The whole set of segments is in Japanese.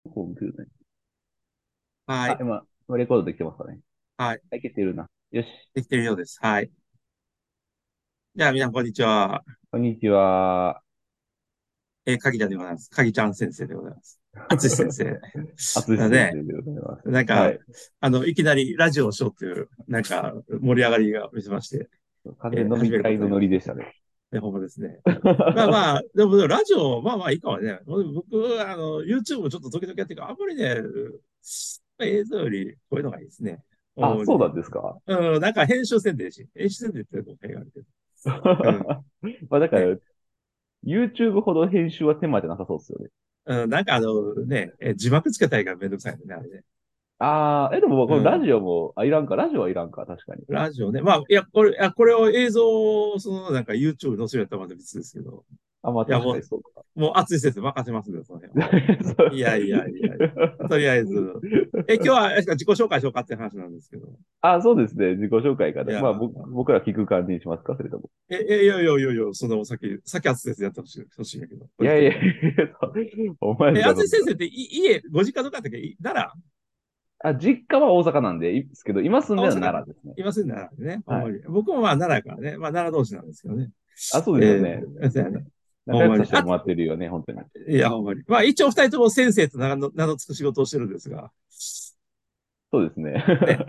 こう来るね。あ、 はい。 今レコードできてますかね。 はい。 はい、いけてるな。よし。 できてるようです。はい。じゃあ、皆さん、こんにちは。 こんにちは。 かぎちゃんでございます。かぎちゃん先生でございます。あつし先生。 あつし先ね、 生でございます。 なんか、 はい。 いきなりラジオをしようっていう、なんか、盛り上がりが見せまして、 完全飲み始めるこ会のノとになりました。 リでしたね。 ほんまですね。まあまあ、でも、ラジオ、まあまあいいかもね。僕、YouTube ちょっと時々やってるから、あんまりね、映像よりこういうのがいいですね。 あ、 主にね。 そうなんですか？ うん、なんか編集せんでいいし、編集せんでって言ってるのがけど。うん。 まあだかね。 ら、YouTube ほど編集は手間じゃなさそうですよね。 うん、なんか字幕つけたいからめんどくさいよね、あれね。 ああ、でもこのラうん。 ジオも、いらんか。ラジオはいらんか、確かに。 ラジオね。まあ、これを映像を、なんか YouTube 載せるやったらまた別ですけど。 あ、まあいや、 確かにそうか。 もう熱い先生任せますね、その辺は。 そう。 いやいやいやいや。とりあえず。今日は、あれですか自己紹介しようかって話なんですけど。 あ、そうですね。自己紹介から。 いや、 まあ僕ら聞く感じにしますか、それとも。 いやいやいやいや、さっき熱い先生やってほしいんやけど、個いやいやい人的には。 や、お前ですか、そんな。 熱い先生ってご実家どこだったっけ奈良あ、実家は大阪なんで、いいですけど、今住んあ、 でるのは大阪か。 奈良ですね。 今住んで奈良でね。ほんはい。 まに。僕もまあ奈良やからね。まあ奈良同士なんですけどね。 あ、そうですよね。 そうやね。ほんまに。 仲良くさせてもらってるよね、本当に。 いや、ほんまに。まあ一応二人とも先生と名の付く仕事をしてるんですが。 そうですね。 ね。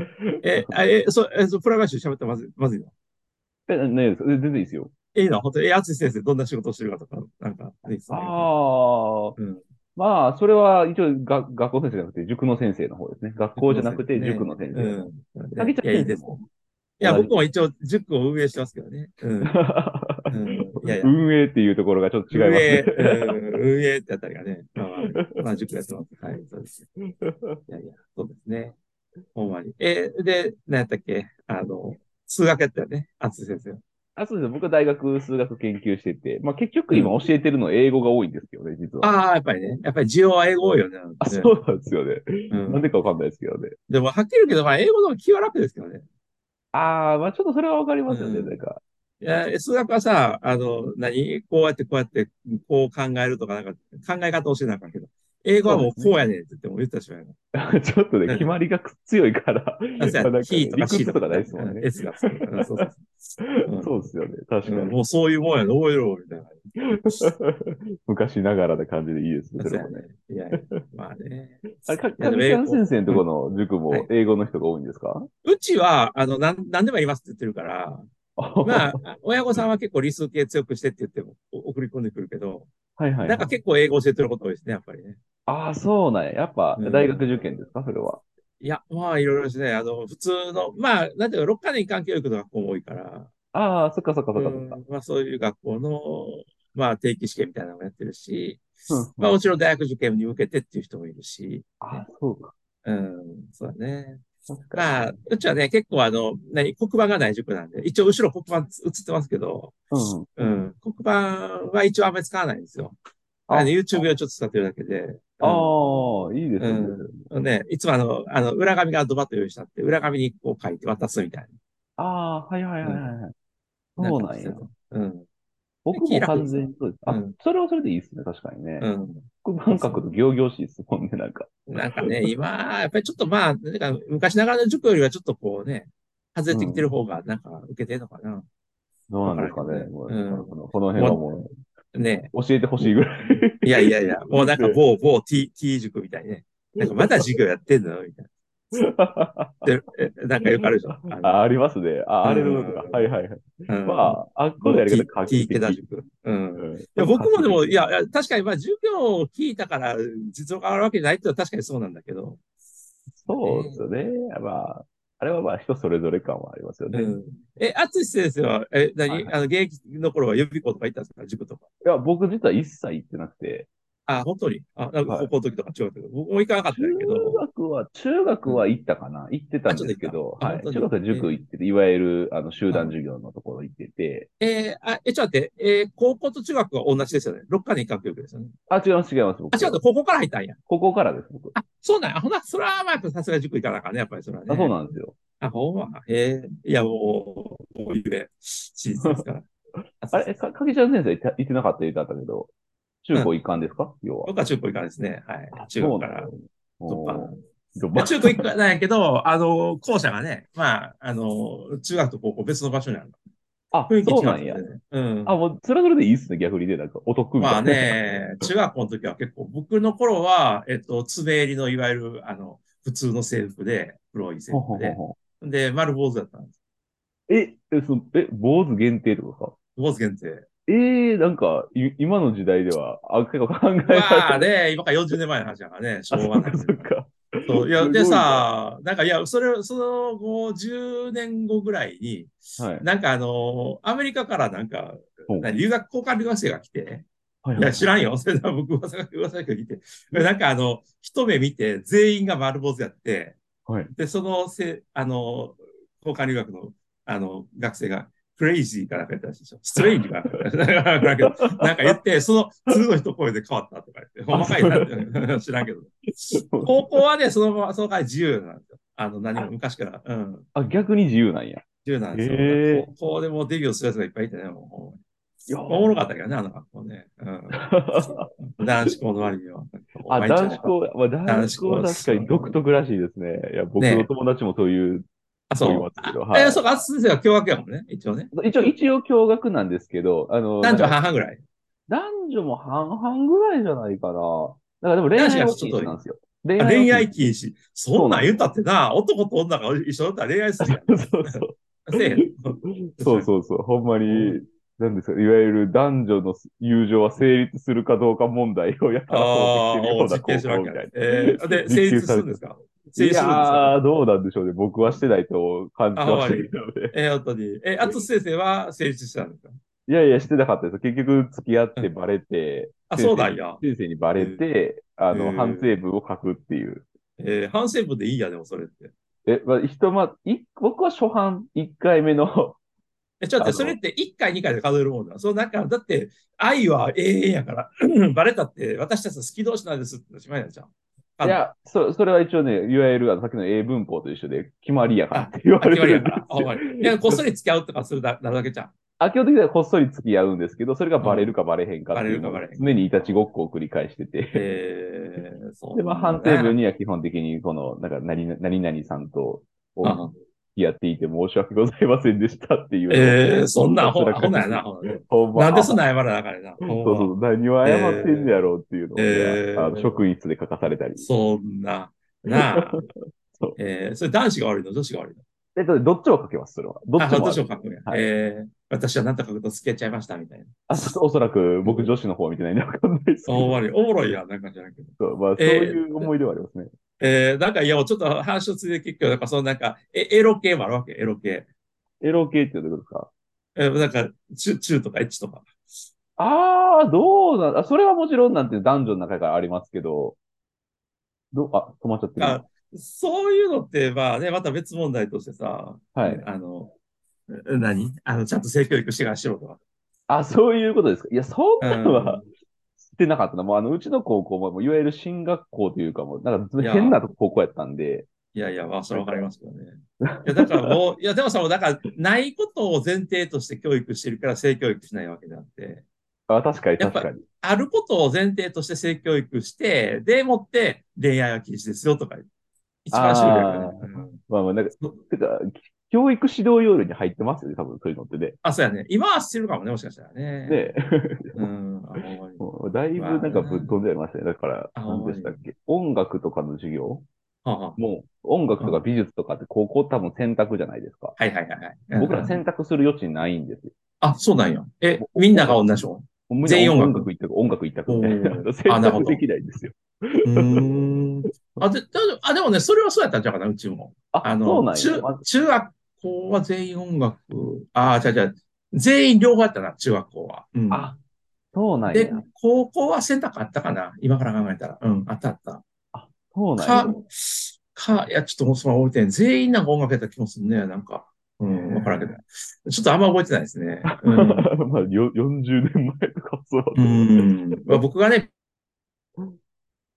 プライバシー喋ってまずいのね、全然いいですよ。 いいの本当に、淳先生どんな仕事をしてるかとか、なんか、いいですね。 ああ、 うん。 まあ、それは一応学校先生じゃなくて、塾の先生の方ですね。学校じゃなくて、塾ね。 の先生の。 うん。ね。 かぎちゃいや、いいですね。 ん先生もいや、 同じく。 僕も一応塾を運営してますけどね。うん。うん。いやいや。 運営っていうところがちょっと違いますね。 運営ってあたりがね。まあ、塾やってます。はい、そうです。いやいや、そうですね。ほんまに。で、何やったっけ数学やったよね。淳先生。 あ、そうですね。僕は大学数学研究してて、まあ結局今うん。 教えてるの英語が多いんですけどね、実は。 ああ、やっぱりね。やっぱり需要は英語多いよね。 あ、そね。 うなんですよね。なんでうん。 かわかんないですけどね。 でも、はっきり言うけど、まあ、英語の方が気は楽ですけどね。 ああ、まあちょっとそれはわかりますよね、なんうん。 か。 いや、数学はさ、こうやってこうやって、こう考えるとか、なんか、考え方を教えなあかんけど、英語はもうそうですね。 こうやねんって言っても言ったしまえば。 ちょっとね、決うん。 まりが強いから、 そうやね。 まあなんか he ね、 とか理 she 屈とかないでとかね、 すもんね。 S がつく。そうそうそう。 そうですよね。確かに。 もうそういうもんやね、覚えろ、みたいな。 昔ながらな感じでいいですね、それもね。 そうやね。いやいや、まあね。 あれ、 いや、でもかぎちゃん先生のとこうん。 ろの塾もはい。 英語の人が多いんですか？ うちは、なんでもやりますって言ってるから、まあ、親御さんは結構理数系強くしてって言っても送り込んでくるけど、 はいはいなんかはい。 結構英語教えてること多いですね、やっぱりね。 ああ、そうなんや。やっぱう大学受ん。 験ですか、それは。 いや、まあ、いろいろですね。普通の、まあ、なんていうか、6カ年間教育の学校も多いから、 ああ、そっかそっかそっかそっか。 まあ、そういう学校の、まあ、定期試験みたいなのもやってるし、まあ、 うんうん。 もちろん大学受験に向けてっていう人もいるし、ね。 ああ、そうか。 そうだね。 確かにまあ、 ね。 うちはね、結構黒板がない塾なんで、一応後ろ黒板映ってますけど、 うんうん。 黒板は一応あんまり使わないんですよ。 あ、 YouTube 用ちょっと使ってるだけで、 ああ、いいですね、それも。 ね、いつも裏紙がドバッと用意したって、裏紙にこう書いて渡すみたいああ、はいはいな。 はいはいはい。 なんそうなんや。 かしてた。 僕も気楽ですわ。 完全にそうです。あ、 うん、 それはそれでいいですね、確かにね。 うん。 黒そうそ板書くと仰々しいですもんね、なんか。 う。なんかね、今、やっぱりちょっとまあ、なんか昔ながらの塾よりはちょっとこうね、外れてきてるうん。 方がなんか受けてるのかな。 どうわなんですかね。 からんけどね。 もう、 うん。 この辺はももうね、 う、教えてほしいぐらい。 いやいやいや、もうなんかで、 某 T 塾みたいにね。なんかまだ授業やってんのみたいな。で、なんかよくあるでしょあ、ありますね。あ、 うあれのことか。はいん、 はいはい。 うん。 まあ、あっこの某やり方画期 T 池田的。 塾。うん。いうん。そや、 こ画期的。 僕もでも、確かにまあ授業を聞いたから実力が上がるわけじゃないってのは確かにそうなんだけど。 そうですよね。まあ、あれはまあ人それぞれ感はありますよね。 うん。淳先生は、 はいはい。 現役の頃は予備校とか行ったんですか塾とか。 いや、僕実は一切行ってなくて、 あ、本当に。なんかはい。 高校の時とか違うけど、僕も行かなかったんやけど、 中学うん。 は行ったかな、行ってたあ、 んちょっと行った。 ですけど、 あ、 はい。 本当に。 中学は塾行ってて、いわゆる、集団うん。 授業のところ行ってて、 ちょっと待って、高校と中学は同じですよね。6カ年間教育ですよね。 あ、違います、違います、 あ、 僕は。 違う、高校から入ったんや。 高校からです、僕。 そうなんや。ほな、それはまあ、さすが塾行かなあかんね、やっぱりそれはあ、そうね。 なんですよ。 あ、ほんま。いや、もう、ゆえ、史実ですから。あ、そうあれ、 そうそう。 かけちゃん先生行ってなかった言ってあったけど、 中高一貫ですか要は？ 僕は中高一貫ですね。はい。 あ、 中学からそうなんですね。 とか。 おー、ドいや、 バ、 中高一貫なんやけど、校舎がね、まあ、中学と高校別の場所にある。 あ、 雰囲気違うんですよそうなんや。 ね。うあ、 ん。 もう、それはそれでいいっすね、逆にね。なんか、お得みたまあいな。 ね、中学校の時は結構、僕の頃は、爪襟のいわゆる、普通の制服で、黒い制ほほ服で、 ほほ。 で、丸坊主だったんです。 坊主限定ってことか？ 坊主限定。 なんか、今の時代では、結構考えられる。 まあね、今から40年前の話だからね、しあ、 ょうそっかがないけど。 そっか。 そう、いや、ですごいな。 さ、なんか、いや、その後、10年後ぐらいに、 はい。 なんかアメリカからなんか、 ほう。 交換留学生が来て、いや、 はいはいはい。 知らんよ。それは僕、噂が来て、なんか一目見て、全員が丸坊主やって、 はい。 で、そのせ、あの、交換留学の、学生が、クレイジーかなんか言ったらしいでしょ。ストレインジかなんか言ったらしい。なんか言って、その次の一声で変わったとか言って、ほんあ、 まかいなって知らんけど。高校はね、そのまま、その代わり自由なんですよ。何もあ、 昔から、うん、 逆に自由なんや。 自由なんですよ。だからええ高校でもうデビューするやつがいっぱいいてね、もいやう、おもろかったー。 けどね、あの学校ね。うん。男子校の割には、 あ、 毎日はね、 男子校、まあ、男子校男子校、 は確かに独特らしいですね。いや、僕のねえ。 友達もそういうあ、 子いまそう。 すけど、はそうか、あつ先生は共学やもんね、一応ね。 い。一応共学なんですけど、 男女半々ぐらい。 男女も半々ぐらいじゃないかな。だからでも恋男子愛はがちょっと多い。 禁止なんですよ。恋あ、 愛は恋禁止。 愛禁止。そんなん言っそうなんですよ。 たってな、男と女が一緒だったら恋愛するやん。 そうそう。 せえへんの。 そうそうそう。ほんまに、 ほんまに。 なんですか、いわゆる男女の友情は成立するかどうか問題をやたら問うてきてああ、 るような実験高してるわけやね。 校みたいな。 で、成実験立されてる。 するんですか？成い立するんですか？ やー、どうなんでしょうね。僕はしてないと感じあ、 てましたけほんまに。 どね。 本当に。あつ先生は成立したんですか？ いやいや、してなかったです。結局、付き合っうん。 てバレて、 あ、そうなんや。 先生にバレえー、 て、 え反省ー、 文を書くっていう。 反省文でいいや、でもそれって。 まあ、僕は初版1回目の、 ちょっと待って、それあの、 って1回、2回で数えるもんだ。そう、なんか、だって、愛は永遠やから、バレたって、私たちの好き同士なんですってしまいなんじゃん。あんの？ いや、それは一応ね、いわゆるさっきの英文法と一緒で決まりやからっあ、 て言われ決まりるんでやから。あ、 すよ。 ほんまに。いや、こっそり付き合うとかするなるだけじゃん。 基本的にはこっそり付き合うんですけど、それがうん。 バレるかバレへんかバレっていうのをるかバレへんか。 常にいたちうん、 ごっこを繰り返してて。で、まあ、 そんな反省文ね。 には基本的に、なんか、何々さんと付うん。 き合っていて申し訳ございませんでしたっていうのをそんなひたすらアホなんやな、 書く。 ほんなね。 ほんま、 なんでそんな謝らなあかんねんな、ほんま。 そうそう、何を謝ってんねやろうっていうのをね、職員室で書かされたり。 そんな、なあ。 そう。 それ男子が悪いの、女子が悪いの？ どっちも書けます、それは。どっあ、どっちもある。 ちも書くんや。 はい。 私は何と書くと付き合っちゃいました、みたいな。 おそらくうん。 僕女子の方見てないんでわかんないですけど。 おもろい、おもろいやん、なんかじゃなくて。 そう、まあ、そういう思い出はありますね。 なんか、いや、ちょっと話をついて結局、なんか、そのなんか、エロ系もあるわけ、エロ系。 エロ系ってどういうことですか？ なんか、チューとかエッチとか。 どうなん、それはもちろんなんて男女の中からありますけど、止まっちゃってる今。 あ、そういうのって、まあね、また別問題としてさ、 はい。 ちゃんと性教育してからしろとか。 そういうことですか。いや、そうんなんはん。 してなかったな。もううちの高校も、もういわゆる進学校というか、もう、なんかいや、 変な高校やったんで、 まあ、それはわかりなんかますけどね。いや、だからもう、いや、でもさ、もうだから、ないことを前提として教育してるから性教育しないわけであって、 確かにやっぱ、 確かに。 あることを前提として性教育して、でもって恋愛は禁止ですよとか、一番シュールやからね。 ああ、 うん。 まあまあ、てか、教育指導要領に入ってますよね、多分そういうのってね。 あ、そうやね。今はしてるかもね、もしかしたらね。 ねえ。 うん、あ、ほんまに。 もうだいぶまあなんかぶっな。 飛んでありましたね。だから、 あ、ほ何んまに。 でしたっけ？音楽とかの授業はあ、はもう、音楽あ、はとか美術とかって高校多分選択じゃないですか。 はいはいはいはい。うん、 僕らうん。 選択する余地ないんですよ。 あ、そうなんや。 もうみんなが音楽、 同じの？ みんな全員音楽？ 音楽一択みたいな。 おー。あ、 選なるほど。 択できないんですよ。 うーん。でもね、それはそうやったんちゃうかな、うちも。 そうなんや。 中学校は全員音楽。じゃあ、全員両方やったな、中学校は。うん。 あ、そうなんで、 や。 高校は選択あったかな、今から考えたら。うん、あったあった。 そうなんや。 か、いや、ちょっともうその覚えてない。全員なんか音楽やった気もするね、なんか。うへん、わからんけど。 え。 ちょっとあんま覚えてないですね。うん。 まあ、40年前とかそうだうと思う。 ん。まあ、僕がね、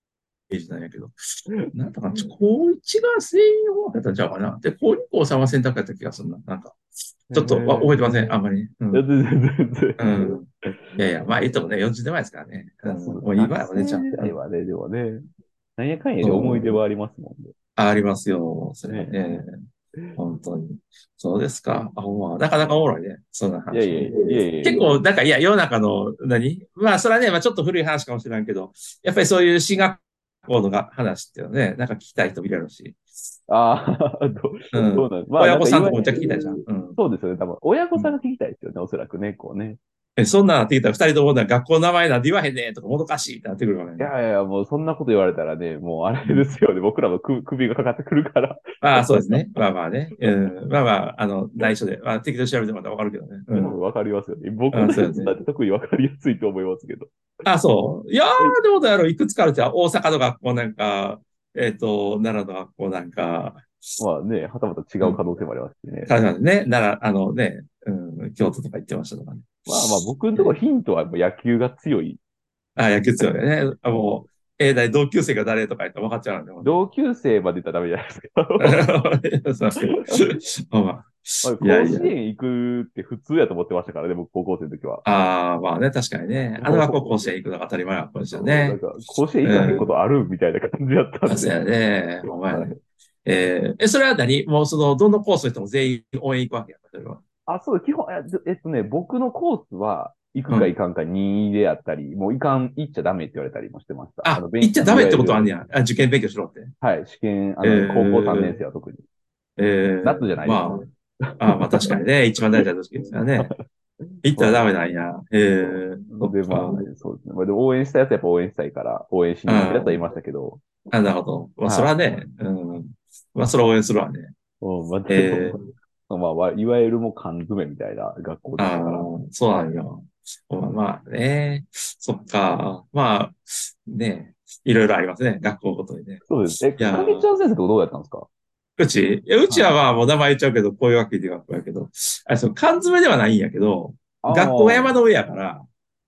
ージなんやけど。なんとか、高1が全員合格やったんちゃうかな。で、高2、高3は選択やった気がするな。なんか、 へちょっと、覚えてません。あんえ。 まりね。ういや、 ん。 全然、全然。 うん。いやいや、まあ言ってもね、40年前ですからね。 いや、 うん。 そうです。 もう学生今はね、じゃあ。 時うん。 代はね、でもね、なんやかんやで思い出そう。 はありますもんね。 ありますよ。それはねね。本当に。そうですか。あ、ほんま。なかなかおもろいね。そんな話もね。 いやいやいや、いやいやいや。 結構、なんか、いや、世の中の、まあ、それはね、まあ、ちょっと古い話かもしれんけど、やっぱりそういう進学校の話っていうのはね、なんか聞きたい人もいるやろうし。 ああ、 うん。 どうなんまあ、 親なんか、いわゆ御さんとかもめっちゃ聞きたいじゃん。 る、 うん。 そうですよね。多分、親御うん。 さんが聞きたいですよね、おそらくね、こうね。 そんなんなってきたら二人とも学校の名前なんて言わへんねんとかもどかしいってなってくるからね。 いやいや、もうそんなこと言われたらね、もうあれうん。 ですよね。僕らも首がかかってくるから。 ああ、そうですね。まあまあね。うん。まあまあ、内緒で。まあ、適当に調べてもらったらわかるけどね。うん。 わかりますよね。僕ああ、 のやそうですね。 つだって特にわかりやすいと思いますけど。 あ、そう。いやえ、 ー、どうだろう。いくつかあるじゃん。大阪の学校なんか、奈良の学校なんか、 まあね、はたまた違うん。 う可能性もありますしね。 確かにね、京都とか行ってましたとかね。 まあまあ、僕のところえヒントはもう野球が強い。 野球強いよね。あ、もう、 もう同級生が誰とか言ったら分かっちゃうんで、もうね。 同級生まで言ったらダメじゃないですか。 そうまあ、 まあ、 いやいや。 甲子園行くって普通やと思ってましたからね、僕高校生の時は。 ああ、まあね、確かにね。あの学校甲子園行くのが当たり前な学校ですよね。 なんか、甲子園行かへんこうん。 とあるみたいな感じだったんで。 そうやね。お前ね。 はい。 それはもうどのコースの人も全員応援行くわけや。それは。 あ、そう、基本、僕のコースは、行くうん。 か行かんか2であったり、もう行っちゃダメって言われたりもしてました。 あ、行っちゃダメっていわゆる、 ことあんねや。受験勉強しろって。 はい、試験、 え高校3年ー、 生は特に。夏じゃないですよ。 ままあ確かにね、一番大事な時ですよね。行ったらダまあ、 メなんや。そで、まあ、 っか。 そうですね。まあ、でも応援したやつはやっぱ応援したいから、応援しに行ってるやつはいあましたけど、 なるほど。まあそれはい。 はね、うん。まあそれは応援するわね。 まあ、でも、 えー、 いわゆるもう缶詰みたいな学校でしたから。 そうなんや。まあね、そっか。まあ、ね、いろいろありますね。学校ごとにね。 そうです。 いやー、 影ちゃん先生とどうやったんですか？ うちはい。 はまあもう名前言っちゃうけど、こういうわけで学校やけど、缶詰ではないんやけど、 あ学校があ。 山の上やから、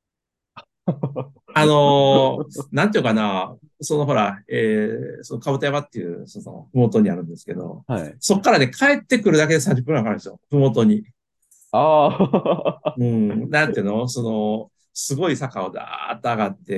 なんていうかな、ほら、その兜山っていう、ふもとにあるんですけど、 はい。 そっからね、帰ってくるだけで30分かかるんですよ。ふもとに。 ああ。 うん、なんていうのすごい坂をダーッと上がって、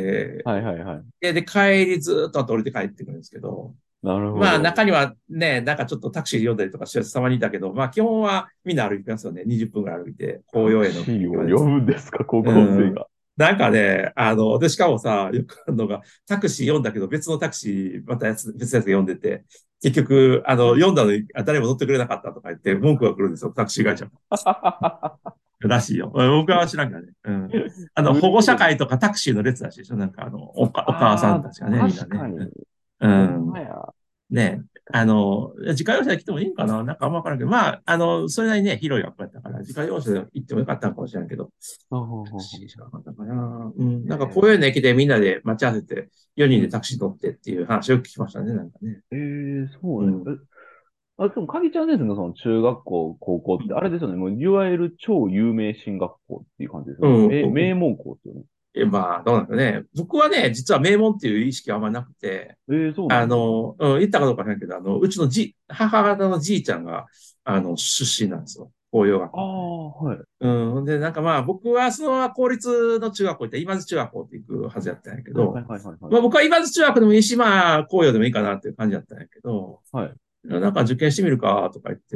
はいはいはい。 で、帰りずーっと降りて帰ってくるんですけど、 なるほまあ中ど。 にはね、なんかちょっとタクシーで呼んだりとかしてる人たまにいたけど、まあ基本はみんな歩きますよね。20分ぐらい歩いて、紅タク葉へのシーを行きまで。 呼ぶんですか、高う校生ん。 が。 なんかね、で、しかもさ、よくあるのが、タクシー読んだけど、別のタクシー、また別のやつが読んでて、結局、読んだのに誰も乗ってくれなかったとか言って、文句が来るんですよ、タクシー会社。らしいよ。僕は知らんからね。うん。 ず保護者るい。 会とかタクシーの列らしいでしょ。なんかお母さんああ、 たちがね、みんなね。 確かに。 うほんん。 まや。 ね、自家用車で来てもいいんかななんかあんまわからんけど、まあ、それなりにね、広い学校やったから、自家用車で行ってもよかったのかもしれんけど、 ほんほんタクほんほん。 シーしかなかったかな。うん。なんかこういうえの駅でみんなで待ち合わせて、4 うん。 人でタクシー乗ってっていう話を聞きましたね、なんかね。 そうなんですか。 うん。 でも、鍵ちゃん先生のその中学校、高校って、あれですよね。もう、いわゆる超有名進学校っていう感じですよね。 うん。 名門校ですよね。 まあ、どうなんだね。僕はね、実は名門っていう意識はあんまなくて、 そうなんだ。 言ったかどうか知らんけど、うちの母方のじいちゃんが、出身なんですよ。紅葉学あ校のね。 あ、はい。 うん。で、なんかまあ、僕はその公立の中学校行って、今津中学校って行くはずやったんやけど、 はいはいはいはいはい。 まあ僕は今津中学でもいいし、まあ、紅葉でもいいかなっていう感じだったんやけど、 はい。 なんか受験してみるかとか言って、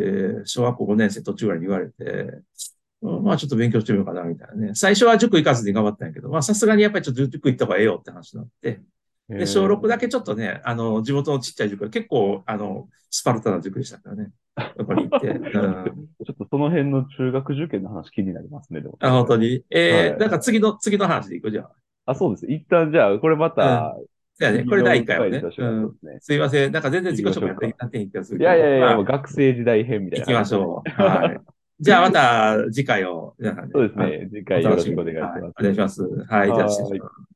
小学校5年生途中ぐらいに言われて、まあちょっと勉強してみようかなみたいなね。最初は塾行かずに頑張ったんやけど、まあさすがにやっぱりちょっと塾行った方がええよって話になって、 へで、小6だえ。 けちょっとね、地元のちっちゃい塾、結構、スパルタな塾でしたからね。そこに行って、うん。 ちょっとその辺の中学受験の話気になりますね、でもそあ、 れ。 本当に。なんかはい。 次の話でいくじゃん。 あ、そうです。一旦じゃあ、これまうん。 た、 じゃあね、これ第1 次の回はね。 回にさせてもらってでうん。 すね。 すいません。なんか全然行き自己紹介やってましょうか。 なってへん気がするいけど。 やいやいや、もうまあ、 学生時代編みたい行きまな感じで。 しょう。はい。じゃあまた次回を、皆さんね、 そうですね。次お回よろしくお楽しみに。はい。 願いします。 お願いします。はい。じゃあ失礼はーい。 します。